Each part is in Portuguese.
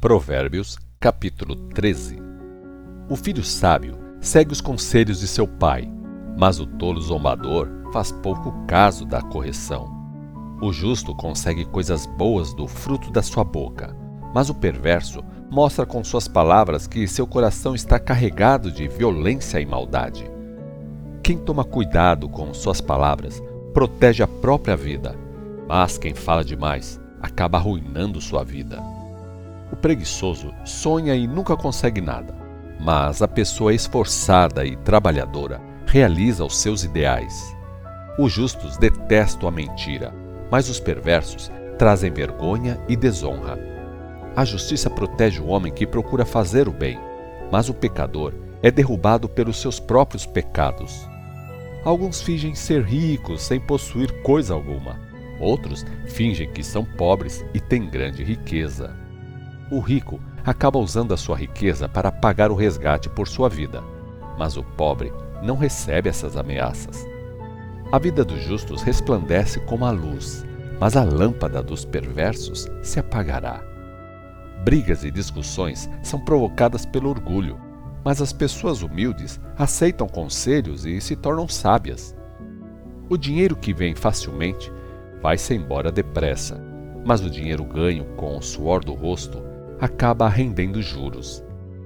Provérbios, capítulo 13. O filho sábio segue os conselhos de seu pai, mas o tolo zombador faz pouco caso da correção. O justo consegue coisas boas do fruto da sua boca, mas o perverso mostra com suas palavras que seu coração está carregado de violência e maldade. Quem toma cuidado com suas palavras protege a própria vida, mas quem fala demais acaba arruinando sua vida. O preguiçoso sonha e nunca consegue nada, mas a pessoa esforçada e trabalhadora realiza os seus ideais. Os justos detestam a mentira, mas os perversos trazem vergonha e desonra. A justiça protege o homem que procura fazer o bem, mas o pecador é derrubado pelos seus próprios pecados. Alguns fingem ser ricos sem possuir coisa alguma. Outros fingem que são pobres e têm grande riqueza. O rico acaba usando a sua riqueza para pagar o resgate por sua vida, mas o pobre não recebe essas ameaças. A vida dos justos resplandece como a luz, mas a lâmpada dos perversos se apagará. Brigas e discussões são provocadas pelo orgulho, mas as pessoas humildes aceitam conselhos e se tornam sábias. O dinheiro que vem facilmente vai-se embora depressa, mas o dinheiro ganho com o suor do rosto acaba rendendo juros.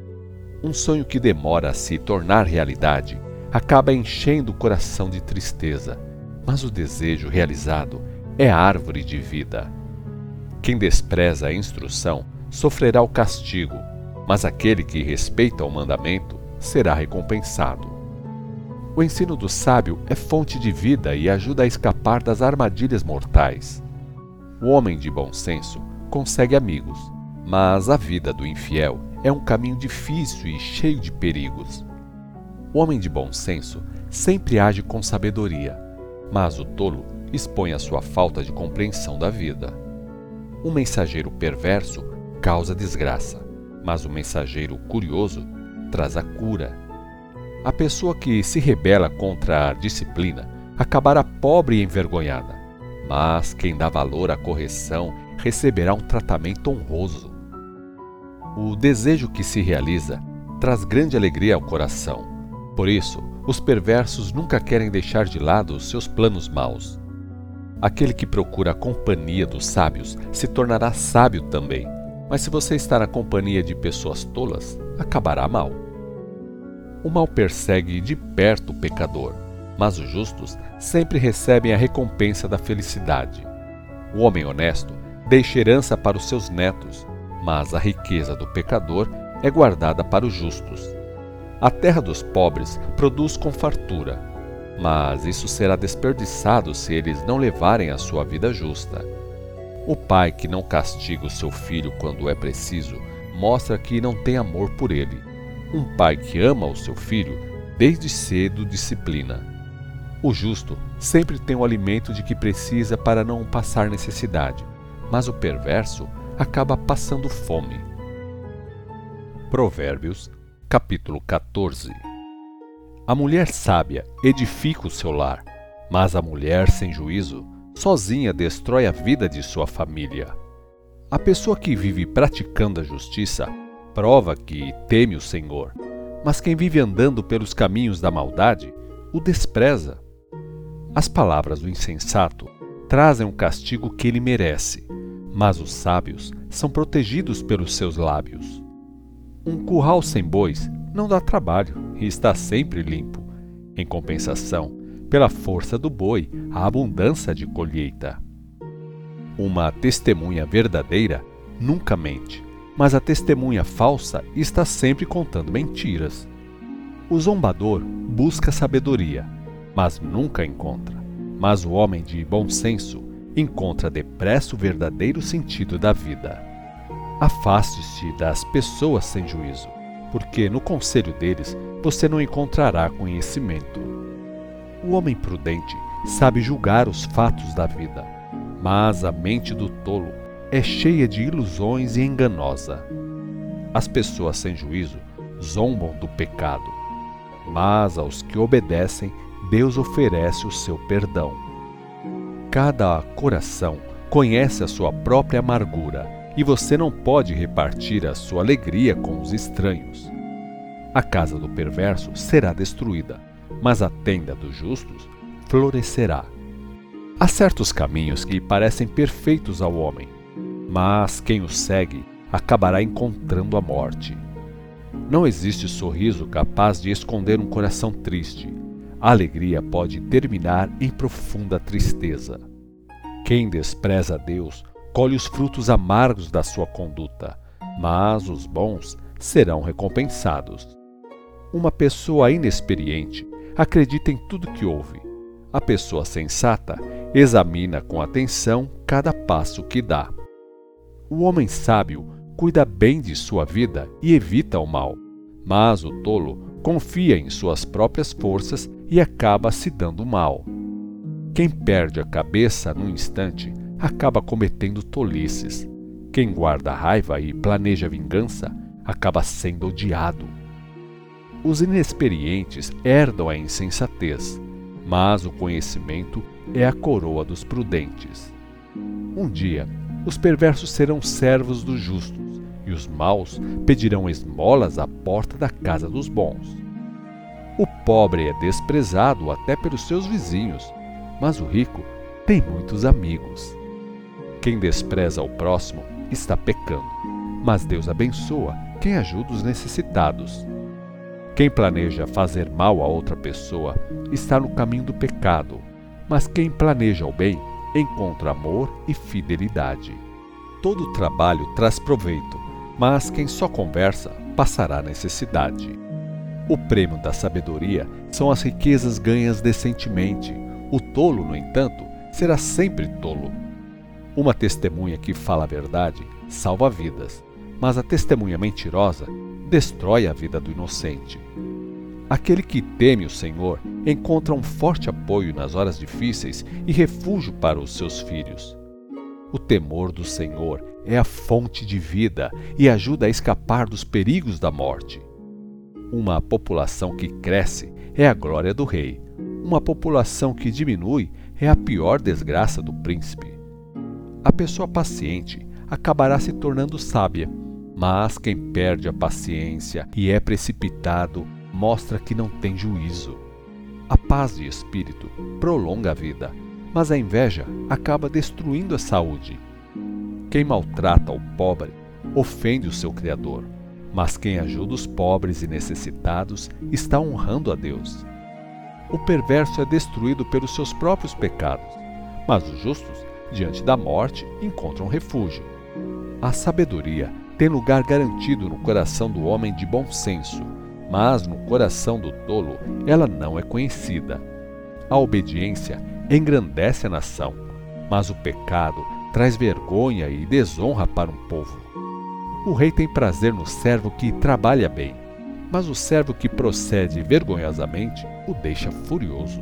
Um sonho que demora a se tornar realidade acaba enchendo o coração de tristeza, mas o desejo realizado é árvore de vida. Quem despreza a instrução sofrerá o castigo, mas aquele que respeita o mandamento será recompensado. O ensino do sábio é fonte de vida e ajuda a escapar das armadilhas mortais. O homem de bom senso consegue amigos, mas a vida do infiel é um caminho difícil e cheio de perigos. O homem de bom senso sempre age com sabedoria, mas o tolo expõe a sua falta de compreensão da vida. Um mensageiro perverso causa desgraça, mas o mensageiro curioso traz a cura. A pessoa que se rebela contra a disciplina acabará pobre e envergonhada, mas quem dá valor à correção receberá um tratamento honroso. O desejo que se realiza traz grande alegria ao coração. Por isso, os perversos nunca querem deixar de lado os seus planos maus. Aquele que procura a companhia dos sábios se tornará sábio também, mas se você está na companhia de pessoas tolas, acabará mal. O mal persegue de perto o pecador, mas os justos sempre recebem a recompensa da felicidade. O homem honesto deixa herança para os seus netos, mas a riqueza do pecador é guardada para os justos. A terra dos pobres produz com fartura, mas isso será desperdiçado se eles não levarem a sua vida justa. O pai que não castiga o seu filho quando é preciso mostra que não tem amor por ele. Um pai que ama o seu filho desde cedo disciplina. O justo sempre tem o alimento de que precisa para não passar necessidade, mas o perverso acaba passando fome. Provérbios, capítulo 14. A mulher sábia edifica o seu lar, mas a mulher sem juízo sozinha destrói a vida de sua família. A pessoa que vive praticando a justiça prova que teme o Senhor, mas quem vive andando pelos caminhos da maldade o despreza. As palavras do insensato trazem o castigo que ele merece, mas os sábios são protegidos pelos seus lábios. Um curral sem bois não dá trabalho e está sempre limpo. Em compensação, pela força do boi, há abundância de colheita. Uma testemunha verdadeira nunca mente, mas a testemunha falsa está sempre contando mentiras. O zombador busca sabedoria, mas nunca encontra. Mas o homem de bom senso encontra depressa o verdadeiro sentido da vida. Afaste-se das pessoas sem juízo, porque no conselho deles você não encontrará conhecimento. O homem prudente sabe julgar os fatos da vida, mas a mente do tolo é cheia de ilusões e enganosa. As pessoas sem juízo zombam do pecado, mas aos que obedecem, Deus oferece o seu perdão. Cada coração conhece a sua própria amargura, e você não pode repartir a sua alegria com os estranhos. A casa do perverso será destruída, mas a tenda dos justos florescerá. Há certos caminhos que parecem perfeitos ao homem, mas quem os segue acabará encontrando a morte. Não existe sorriso capaz de esconder um coração triste. A alegria pode terminar em profunda tristeza. Quem despreza a Deus colhe os frutos amargos da sua conduta, mas os bons serão recompensados. Uma pessoa inexperiente acredita em tudo que ouve. A pessoa sensata examina com atenção cada passo que dá. O homem sábio cuida bem de sua vida e evita o mal, mas o tolo confia em suas próprias forças e acaba se dando mal. Quem perde a cabeça num instante acaba cometendo tolices. Quem guarda raiva e planeja vingança acaba sendo odiado. Os inexperientes herdam a insensatez, mas o conhecimento é a coroa dos prudentes. Um dia, os perversos serão servos dos justos, e os maus pedirão esmolas à porta da casa dos bons. O pobre é desprezado até pelos seus vizinhos, mas o rico tem muitos amigos. Quem despreza o próximo está pecando, mas Deus abençoa quem ajuda os necessitados. Quem planeja fazer mal a outra pessoa está no caminho do pecado, mas quem planeja o bem encontra amor e fidelidade. Todo trabalho traz proveito, mas quem só conversa passará necessidade. O prêmio da sabedoria são as riquezas ganhas decentemente. O tolo, no entanto, será sempre tolo. Uma testemunha que fala a verdade salva vidas, mas a testemunha mentirosa destrói a vida do inocente. Aquele que teme o Senhor encontra um forte apoio nas horas difíceis e refúgio para os seus filhos. O temor do Senhor é a fonte de vida e ajuda a escapar dos perigos da morte. Uma população que cresce é a glória do rei. Uma população que diminui é a pior desgraça do príncipe. A pessoa paciente acabará se tornando sábia, mas quem perde a paciência e é precipitado mostra que não tem juízo. A paz de espírito prolonga a vida, mas a inveja acaba destruindo a saúde. Quem maltrata o pobre ofende o seu Criador, mas quem ajuda os pobres e necessitados está honrando a Deus. O perverso é destruído pelos seus próprios pecados, mas os justos, diante da morte, encontram refúgio. A sabedoria tem lugar garantido no coração do homem de bom senso, mas no coração do tolo ela não é conhecida. A obediência engrandece a nação, mas o pecado traz vergonha e desonra para um povo. O rei tem prazer no servo que trabalha bem, mas o servo que procede vergonhosamente o deixa furioso.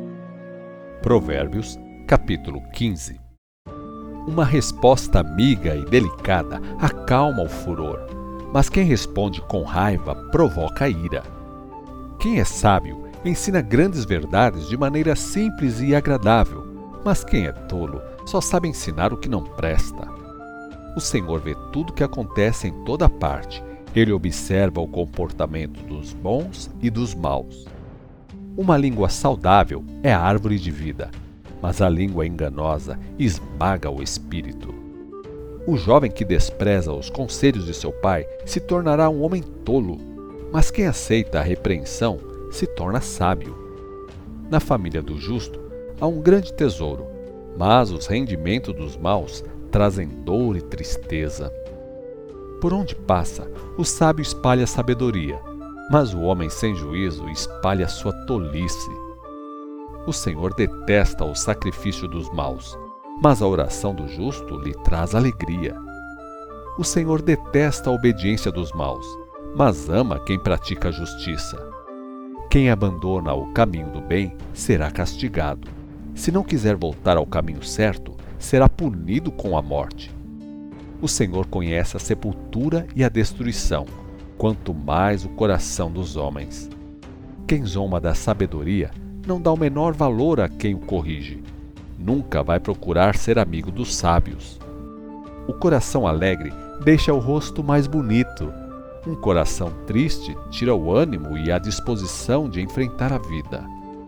Provérbios, capítulo 15. Uma resposta amiga e delicada acalma o furor, mas quem responde com raiva provoca ira. Quem é sábio ensina grandes verdades de maneira simples e agradável, mas quem é tolo só sabe ensinar o que não presta. O Senhor vê tudo o que acontece em toda parte. Ele observa o comportamento dos bons e dos maus. Uma língua saudável é a árvore de vida, mas a língua enganosa esmaga o espírito. O jovem que despreza os conselhos de seu pai se tornará um homem tolo, mas quem aceita a repreensão se torna sábio. Na família do justo há um grande tesouro, mas os rendimentos dos maus trazem dor e tristeza. Por onde passa, o sábio espalha sabedoria, mas o homem sem juízo espalha sua tolice. O Senhor detesta o sacrifício dos maus, mas a oração do justo lhe traz alegria. O Senhor detesta a obediência dos maus, mas ama quem pratica a justiça. Quem abandona o caminho do bem será castigado. Se não quiser voltar ao caminho certo, será punido com a morte. O Senhor conhece a sepultura e a destruição, quanto mais o coração dos homens. Quem zomba da sabedoria não dá o menor valor a quem o corrige. Nunca vai procurar ser amigo dos sábios. O coração alegre deixa o rosto mais bonito. Um coração triste tira o ânimo e a disposição de enfrentar a vida.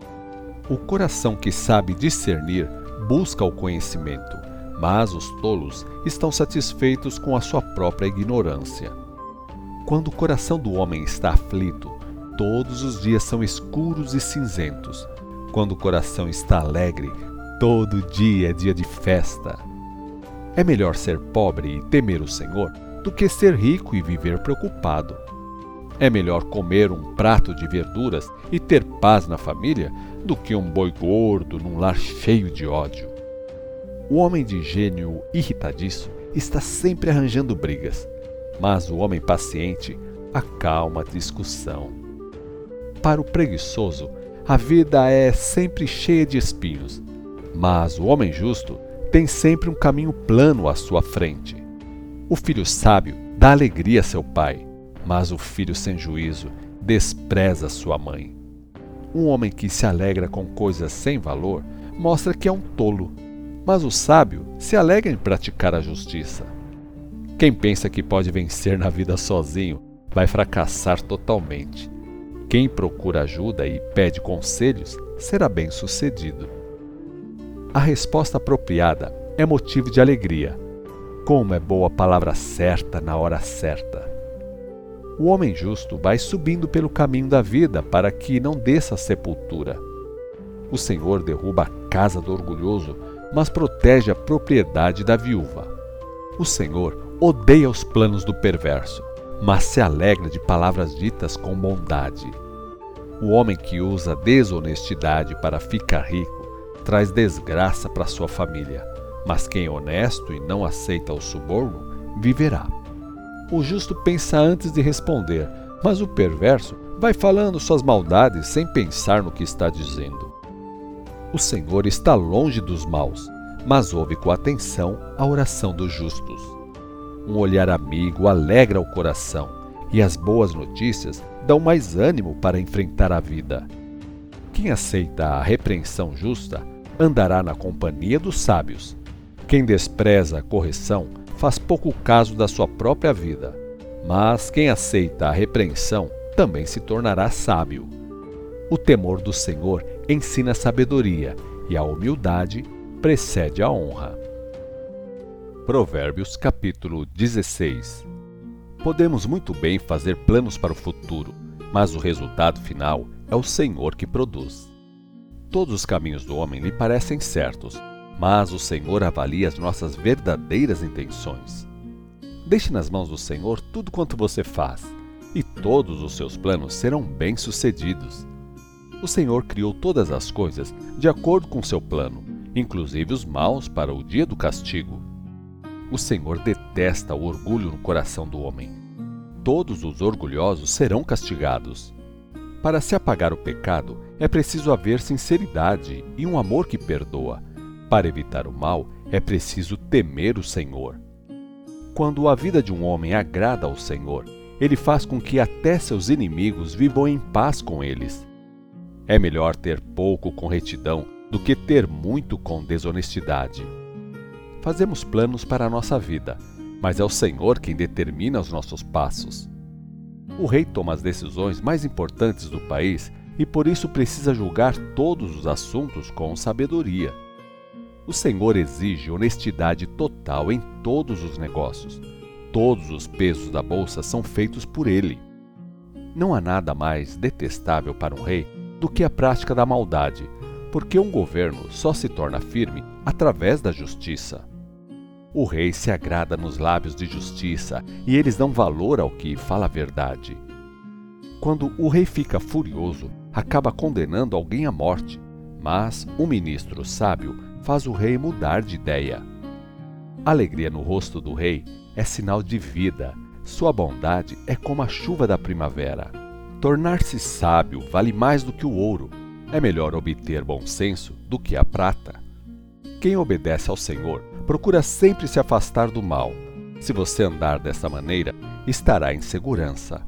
O coração que sabe discernir busca o conhecimento, mas os tolos estão satisfeitos com a sua própria ignorância. Quando o coração do homem está aflito, todos os dias são escuros e cinzentos. Quando o coração está alegre, todo dia é dia de festa. É melhor ser pobre e temer o Senhor do que ser rico e viver preocupado. É melhor comer um prato de verduras e ter paz na família do que um boi gordo num lar cheio de ódio. O homem de gênio irritadiço está sempre arranjando brigas, mas o homem paciente acalma a discussão. Para o preguiçoso, a vida é sempre cheia de espinhos, mas o homem justo tem sempre um caminho plano à sua frente. O filho sábio dá alegria a seu pai, mas o filho sem juízo despreza sua mãe. Um homem que se alegra com coisas sem valor mostra que é um tolo, mas o sábio se alegra em praticar a justiça. Quem pensa que pode vencer na vida sozinho vai fracassar totalmente. Quem procura ajuda e pede conselhos será bem-sucedido. A resposta apropriada é motivo de alegria. Como é boa a palavra certa na hora certa. O homem justo vai subindo pelo caminho da vida para que não desça à sepultura. O Senhor derruba a casa do orgulhoso, mas protege a propriedade da viúva. O Senhor odeia os planos do perverso, mas se alegra de palavras ditas com bondade. O homem que usa desonestidade para ficar rico traz desgraça para sua família, mas quem é honesto e não aceita o suborno viverá. O justo pensa antes de responder, mas o perverso vai falando suas maldades sem pensar no que está dizendo. O Senhor está longe dos maus, mas ouve com atenção a oração dos justos. Um olhar amigo alegra o coração, e as boas notícias dão mais ânimo para enfrentar a vida. Quem aceita a repreensão justa andará na companhia dos sábios. Quem despreza a correção faz pouco caso da sua própria vida, mas quem aceita a repreensão também se tornará sábio. O temor do Senhor ensina a sabedoria, e a humildade precede a honra. Provérbios capítulo 16. Podemos muito bem fazer planos para o futuro, mas o resultado final é o Senhor que produz. Todos os caminhos do homem lhe parecem certos, mas o Senhor avalia as nossas verdadeiras intenções. Deixe nas mãos do Senhor tudo quanto você faz, e todos os seus planos serão bem-sucedidos. O Senhor criou todas as coisas de acordo com seu plano, inclusive os maus para o dia do castigo. O Senhor detesta o orgulho no coração do homem. Todos os orgulhosos serão castigados. Para se apagar o pecado, é preciso haver sinceridade e um amor que perdoa. Para evitar o mal, é preciso temer o Senhor. Quando a vida de um homem agrada ao Senhor, ele faz com que até seus inimigos vivam em paz com eles. É melhor ter pouco com retidão do que ter muito com desonestidade. Fazemos planos para a nossa vida, mas é o Senhor quem determina os nossos passos. O rei toma as decisões mais importantes do país e por isso precisa julgar todos os assuntos com sabedoria. O Senhor exige honestidade total em todos os negócios. Todos os pesos da bolsa são feitos por ele. Não há nada mais detestável para um rei do que a prática da maldade, porque um governo só se torna firme através da justiça. O rei se agrada nos lábios de justiça e eles dão valor ao que fala a verdade. Quando o rei fica furioso, acaba condenando alguém à morte, mas um ministro sábio faz o rei mudar de ideia. A alegria no rosto do rei é sinal de vida, sua bondade é como a chuva da primavera. Tornar-se sábio vale mais do que o ouro, é melhor obter bom senso do que a prata. Quem obedece ao Senhor procura sempre se afastar do mal. Se você andar dessa maneira, estará em segurança.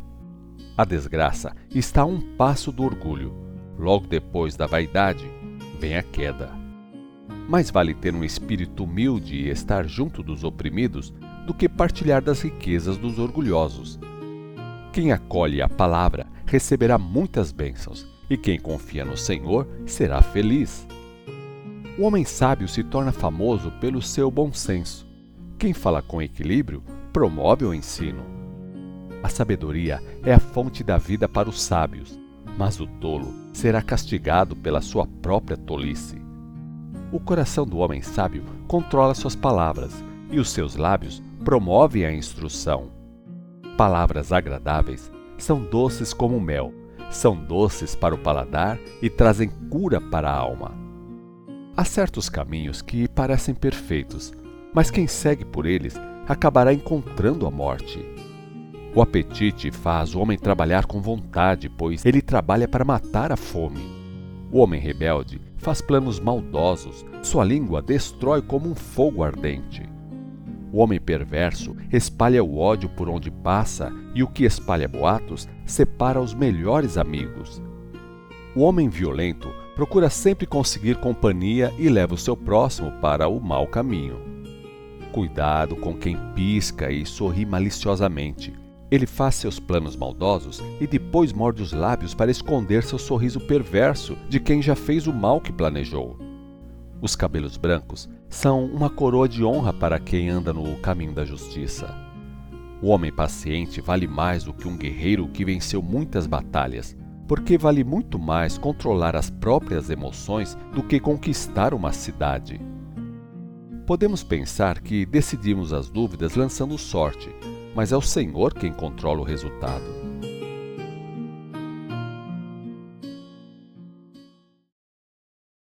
A desgraça está a um passo do orgulho. Logo depois da vaidade, vem a queda. Mais vale ter um espírito humilde e estar junto dos oprimidos do que partilhar das riquezas dos orgulhosos. Quem acolhe a palavra receberá muitas bênçãos, e quem confia no Senhor será feliz. O homem sábio se torna famoso pelo seu bom senso. Quem fala com equilíbrio promove o ensino. A sabedoria é a fonte da vida para os sábios, mas o tolo será castigado pela sua própria tolice. O coração do homem sábio controla suas palavras, e os seus lábios promovem a instrução. Palavras agradáveis são doces como mel, são doces para o paladar e trazem cura para a alma. Há certos caminhos que parecem perfeitos, mas quem segue por eles acabará encontrando a morte. O apetite faz o homem trabalhar com vontade, pois ele trabalha para matar a fome. O homem rebelde faz planos maldosos, sua língua destrói como um fogo ardente. O homem perverso espalha o ódio por onde passa, e o que espalha boatos separa os melhores amigos. O homem violento procura sempre conseguir companhia e leva o seu próximo para o mau caminho. Cuidado com quem pisca e sorri maliciosamente. Ele faz seus planos maldosos e depois morde os lábios para esconder seu sorriso perverso de quem já fez o mal que planejou. Os cabelos brancos são uma coroa de honra para quem anda no caminho da justiça. O homem paciente vale mais do que um guerreiro que venceu muitas batalhas, porque vale muito mais controlar as próprias emoções do que conquistar uma cidade. Podemos pensar que decidimos as dúvidas lançando sorte, mas é o Senhor quem controla o resultado.